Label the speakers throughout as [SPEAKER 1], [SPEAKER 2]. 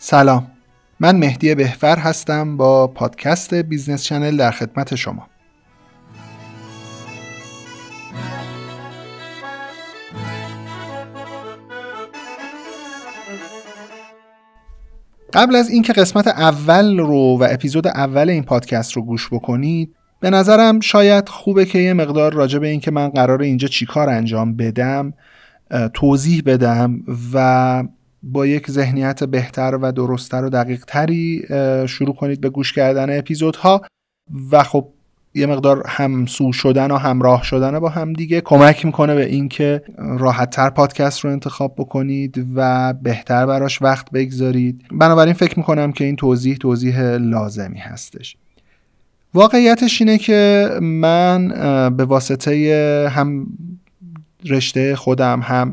[SPEAKER 1] سلام، من مهدی بهفر هستم با پادکست بیزنس چنل در خدمت شما. قبل از اینکه قسمت اول رو و اپیزود اول این پادکست رو گوش بکنید، به نظرم شاید خوبه که یه مقدار راجع به این که من قراره اینجا چی کار انجام بدم توضیح بدم و با یک ذهنیت بهتر و درست‌تر و دقیق‌تری شروع کنید به گوش کردن اپیزودها و خب یه مقدار همسو شدن و همراه شدن با هم دیگه کمک میکنه به این که راحت‌تر پادکست رو انتخاب بکنید و بهتر براش وقت بگذارید. بنابراین فکر میکنم که این توضیح لازمی هستش. واقعیتش اینه که من به واسطه هم رشته خودم، هم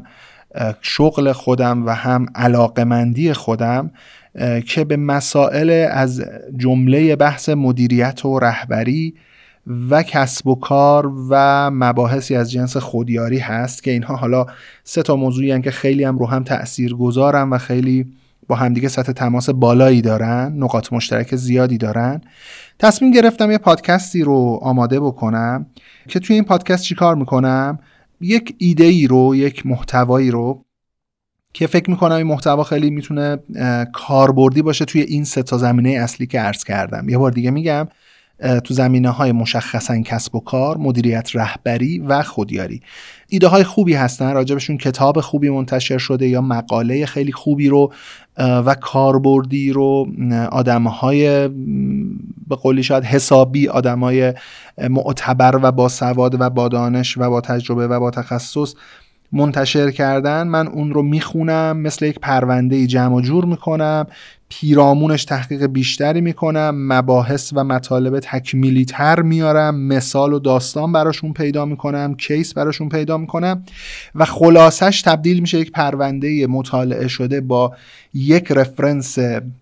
[SPEAKER 1] شغل خودم و هم علاقمندی خودم که به مسائل از جمله بحث مدیریت و رهبری و کسب و کار و مباحثی از جنس خودیاری هست که اینها حالا 3 موضوعی هستند که خیلی هم رو هم تأثیر گذارن و خیلی با همدیگه سطح تماس بالایی دارن، نقاط مشترک زیادی دارن. تصمیم گرفتم یه پادکستی رو آماده بکنم که توی این پادکست چی کار میکنم؟ یک ایده‌ای رو، یک محتوایی رو که فکر میکنم این محتوا خیلی میتونه کاربردی باشه توی این 3 زمینه اصلی که عرض کردم. یه بار دیگه میگم، تو زمینه‌های مشخصاً کسب و کار، مدیریت، رهبری و خودیاری. ایده‌های خوبی هستن، راجبشون کتاب خوبی منتشر شده یا مقاله خیلی خوبی رو و کاربردی رو آدم‌های به قولی شاید حسابی، آدم‌های معتبر و با سواد و با دانش و با تجربه و با تخصص منتشر کردن. من اون رو میخونم، مثل یک پرونده جمع و جور میکنم، پیرامونش تحقیق بیشتری میکنم، مباحث و مطالب تکمیلی تر میارم، مثال و داستان براشون پیدا میکنم، کیس براشون پیدا میکنم و خلاصش تبدیل میشه یک پرونده مطالعه شده با یک رفرنس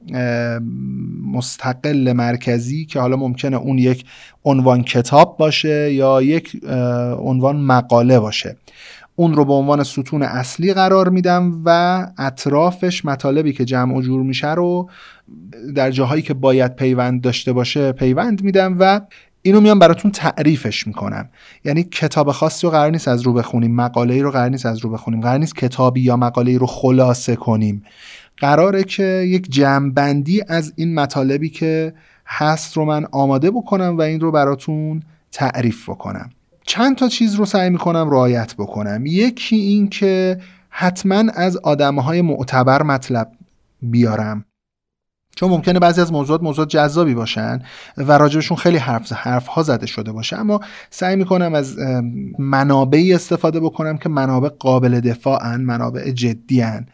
[SPEAKER 1] مستقل مرکزی که حالا ممکنه اون یک عنوان کتاب باشه یا یک عنوان مقاله باشه. اون رو به عنوان ستون اصلی قرار میدم و اطرافش مطالبی که جمع و جور میشه رو در جاهایی که باید پیوند داشته باشه پیوند میدم و اینو میام براتون تعریفش میکنم. یعنی کتاب خاصی رو قرار نیست از رو بخونیم، مقاله‌ای رو قرار نیست از رو بخونیم، قرار نیست کتابی یا مقاله‌ای رو خلاصه کنیم. قراره که یک جمع‌بندی از این مطالبی که هست رو من آماده بکنم و این رو براتون تعریف بکنم. چند تا چیز رو سعی میکنم رعایت بکنم. یکی این که حتما از آدمهای معتبر مطلب بیارم، چون ممکنه بعضی از موضوعات جذابی باشن و راجبشون خیلی حرف ها زده شده باشه، اما سعی میکنم از منابعی استفاده بکنم که منابع قابل دفاعن، منابع جدی‌ان.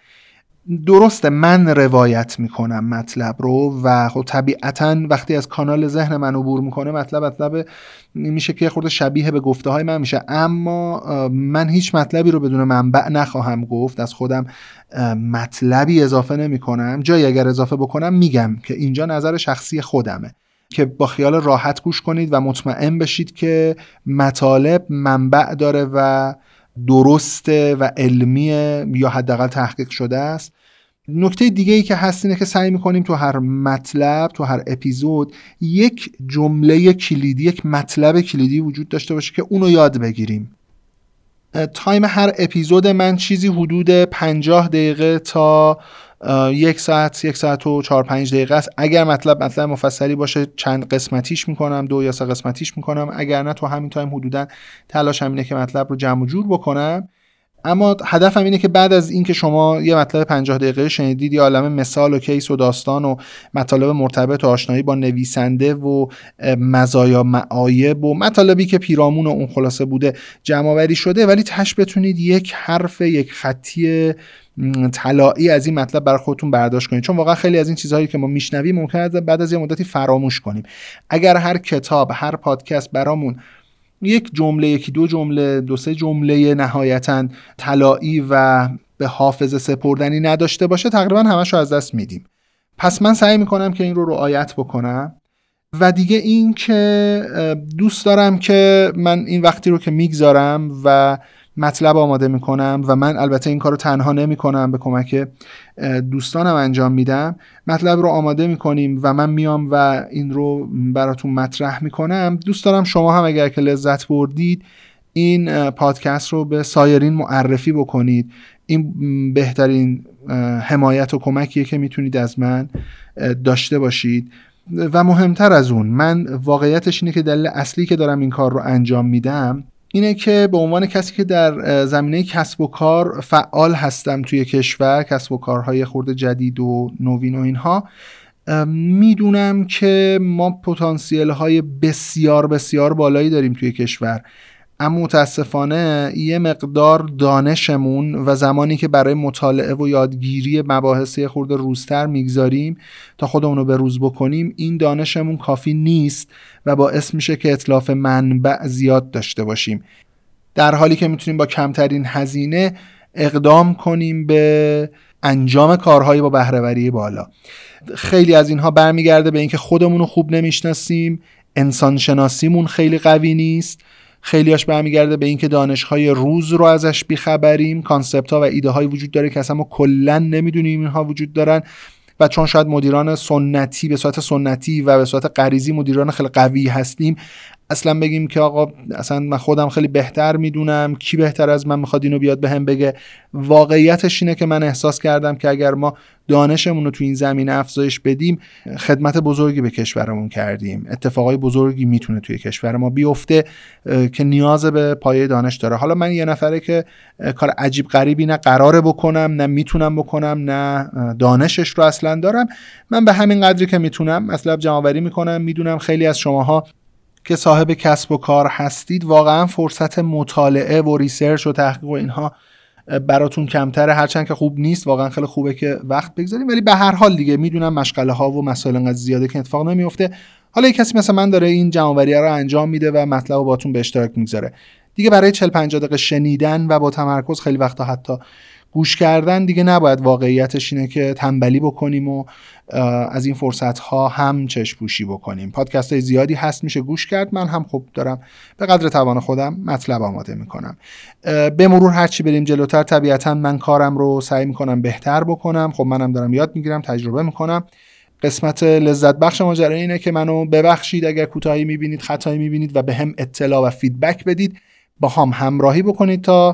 [SPEAKER 1] درسته من روایت میکنم مطلب رو و خب طبیعتاً وقتی از کانال ذهن من عبور میکنه مطلب میشه که خورده شبیه به گفته های من میشه، اما من هیچ مطلبی رو بدون منبع نخواهم گفت، از خودم مطلبی اضافه نمی کنم. جایی اگر اضافه بکنم میگم که اینجا نظر شخصی خودمه، که با خیال راحت گوش کنید و مطمئن بشید که مطالب منبع داره و درسته و علمیه یا حداقل تحقیق شده است. نکته دیگه ای که هست اینه که سعی میکنیم تو هر مطلب، تو هر اپیزود یک جمله کلیدی، یک مطلب کلیدی وجود داشته باشه که اونو یاد بگیریم. تایم هر اپیزود من چیزی حدود 50 دقیقه تا 1 ساعت و 4-5 دقیقه است. اگر مطلب مفصلی باشه چند قسمتیش میکنم، 2 یا 3 قسمتیش میکنم، اگر نه تو همین تایم حدودا تلاشم اینه که مطلب رو جمع و جور بکنم. اما هدفم اینه که بعد از این که شما یه مطلب 50 دقیقه شنیدید، یه عالمه مثال و کیس و داستان و مطالب مرتبط و آشنایی با نویسنده و مزایا معایب و مطالبی که پیرامون اون خلاصه بوده جمع آوری شده، ولی تاش بتونید یک حرف، یک خطی طلایی از این مطلب برای خودتون برداشت کنید، چون واقعا خیلی از این چیزهایی که ما میشنویم ممکنه بعد از یه مدتی فراموش کنیم. اگر هر کتاب، هر پادکست برامون یک جمله، 1-2 جمله، 2-3 جمله نهایتاً طلایی و به حافظه سپردنی نداشته باشه، تقریبا همشو از دست میدیم. پس من سعی میکنم که این رو رعایت بکنم. و دیگه این که دوست دارم که من این وقتی رو که میگذارم و مطلب آماده میکنم و من البته این کارو تنها نمیکنم، به کمک دوستانم انجام میدم. مطلب رو آماده میکنیم و من میام و این رو براتون مطرح میکنم. دوست دارم شما هم اگر که لذت بردید این پادکست رو به سایرین معرفی بکنید. این بهترین حمایت و کمکیه که میتونید از من داشته باشید. و مهمتر از اون، من واقعیتش اینه که دلیل اصلی که دارم این کار رو انجام میدم اینه که به عنوان کسی که در زمینه کسب و کار فعال هستم توی کشور، کسب و کارهای خورده جدید و نوین و اینها، میدونم که ما پتانسیل های بسیار بسیار بالایی داریم توی کشور، اما متاسفانه یه مقدار دانشمون و زمانی که برای مطالعه و یادگیری مباحث خورده روزتر میگذاریم تا خودمون رو به روز بکنیم، این دانشمون کافی نیست و باعث میشه که اتلاف منبع زیاد داشته باشیم، در حالی که میتونیم با کمترین هزینه اقدام کنیم به انجام کارهایی با بهره‌وری بالا. خیلی از اینها برمیگرده به اینکه خودمون رو خوب نمیشناسیم، انسان شناسیمون خیلی قوی نیست، خیلیاش برمیگرده به اینکه دانش‌های روز رو ازش بیخبریم، کانسپت‌ها و ایده‌های وجود داره که اصلا ما کلاً نمیدونیم اینها وجود دارن و چون شاید مدیران سنتی به صورت سنتی و به صورت غریزی مدیران خیلی قوی هستیم، اصلا بگیم که آقا اصلا من خودم خیلی بهتر میدونم، کی بهتر از من میخواد اینو بیاد بهم بگه. واقعیتش اینه که من احساس کردم که اگر ما دانشمون رو تو این زمینه افزایش بدیم، خدمت بزرگی به کشورمون کردیم، اتفاقای بزرگی میتونه توی کشور ما بیفته که نیاز به پایه دانش داره. حالا من یه نفره که کار عجیب غریبی نه قراره بکنم، نه میتونم بکنم، نه دانشش رو اصلا دارم. من به همین قدری که میتونم مطلب جمع‌آوری میکنم. میدونم خیلی از شماها که صاحب کسب و کار هستید واقعا فرصت مطالعه و ریسرچ و تحقیق و اینها براتون کمتره، هرچند که خوب نیست، واقعا خیلی خوبه که وقت بگذاریم، ولی به هر حال دیگه میدونم مشغله ها و مسائل انقدر زیاده که اتفاق نمیفته. حالا یک کسی مثل من داره این جمع‌آوری رو انجام میده و مطلب رو باتون به اشتراک میگذاره، دیگه برای 40-50 دقیقه شنیدن و با تمرکز خیلی وقتا حتی گوش کردن دیگه نباید واقعیتش اینه که تنبلی بکنیم و از این فرصت ها هم چشم پوشی بکنیم. پادکست های زیادی هست میشه گوش کرد، من هم خب دارم به قدر توان خودم مطلب آماده میکنم. به مرور هرچی بریم جلوتر طبیعتا من کارم رو سعی میکنم بهتر بکنم. خب منم دارم یاد میگیرم، تجربه میکنم. قسمت لذت بخش ماجرا اینه که منو ببخشید اگر کوتاهی میبینید، خطایی میبینید و به هم اطلاع و فیدبک بدید، با هم همراهی بکنید تا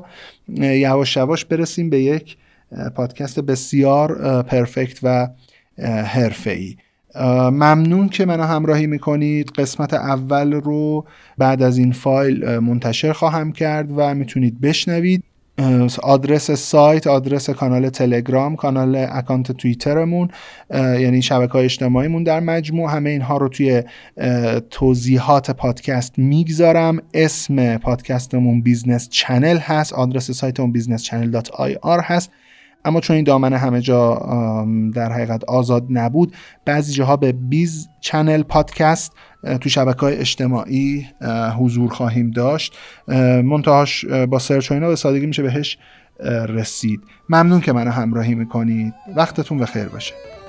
[SPEAKER 1] یواش یواش برسیم به یک پادکست بسیار پرفکت و حرفه‌ای. ممنون که منو همراهی میکنید. قسمت اول رو بعد از این فایل منتشر خواهم کرد و میتونید بشنوید. آدرس سایت، آدرس کانال تلگرام، کانال اکانت توییترمون، یعنی شبکه‌های اجتماعیمون در مجموع، همه اینها رو توی توضیحات پادکست میگذارم. اسم پادکستمون بیزنس چنل هست، آدرس سایتمون businesschannel.ir هست، اما چون این دامن همه جا در حقیقت آزاد نبود، بعضی جاها به بیز چنل پادکست تو شبکه‌های اجتماعی حضور خواهیم داشت. منتهاش با سرچ و اینا به سادگی میشه بهش رسید. ممنون که منو همراهی میکنید. وقتتون بخیر باشه.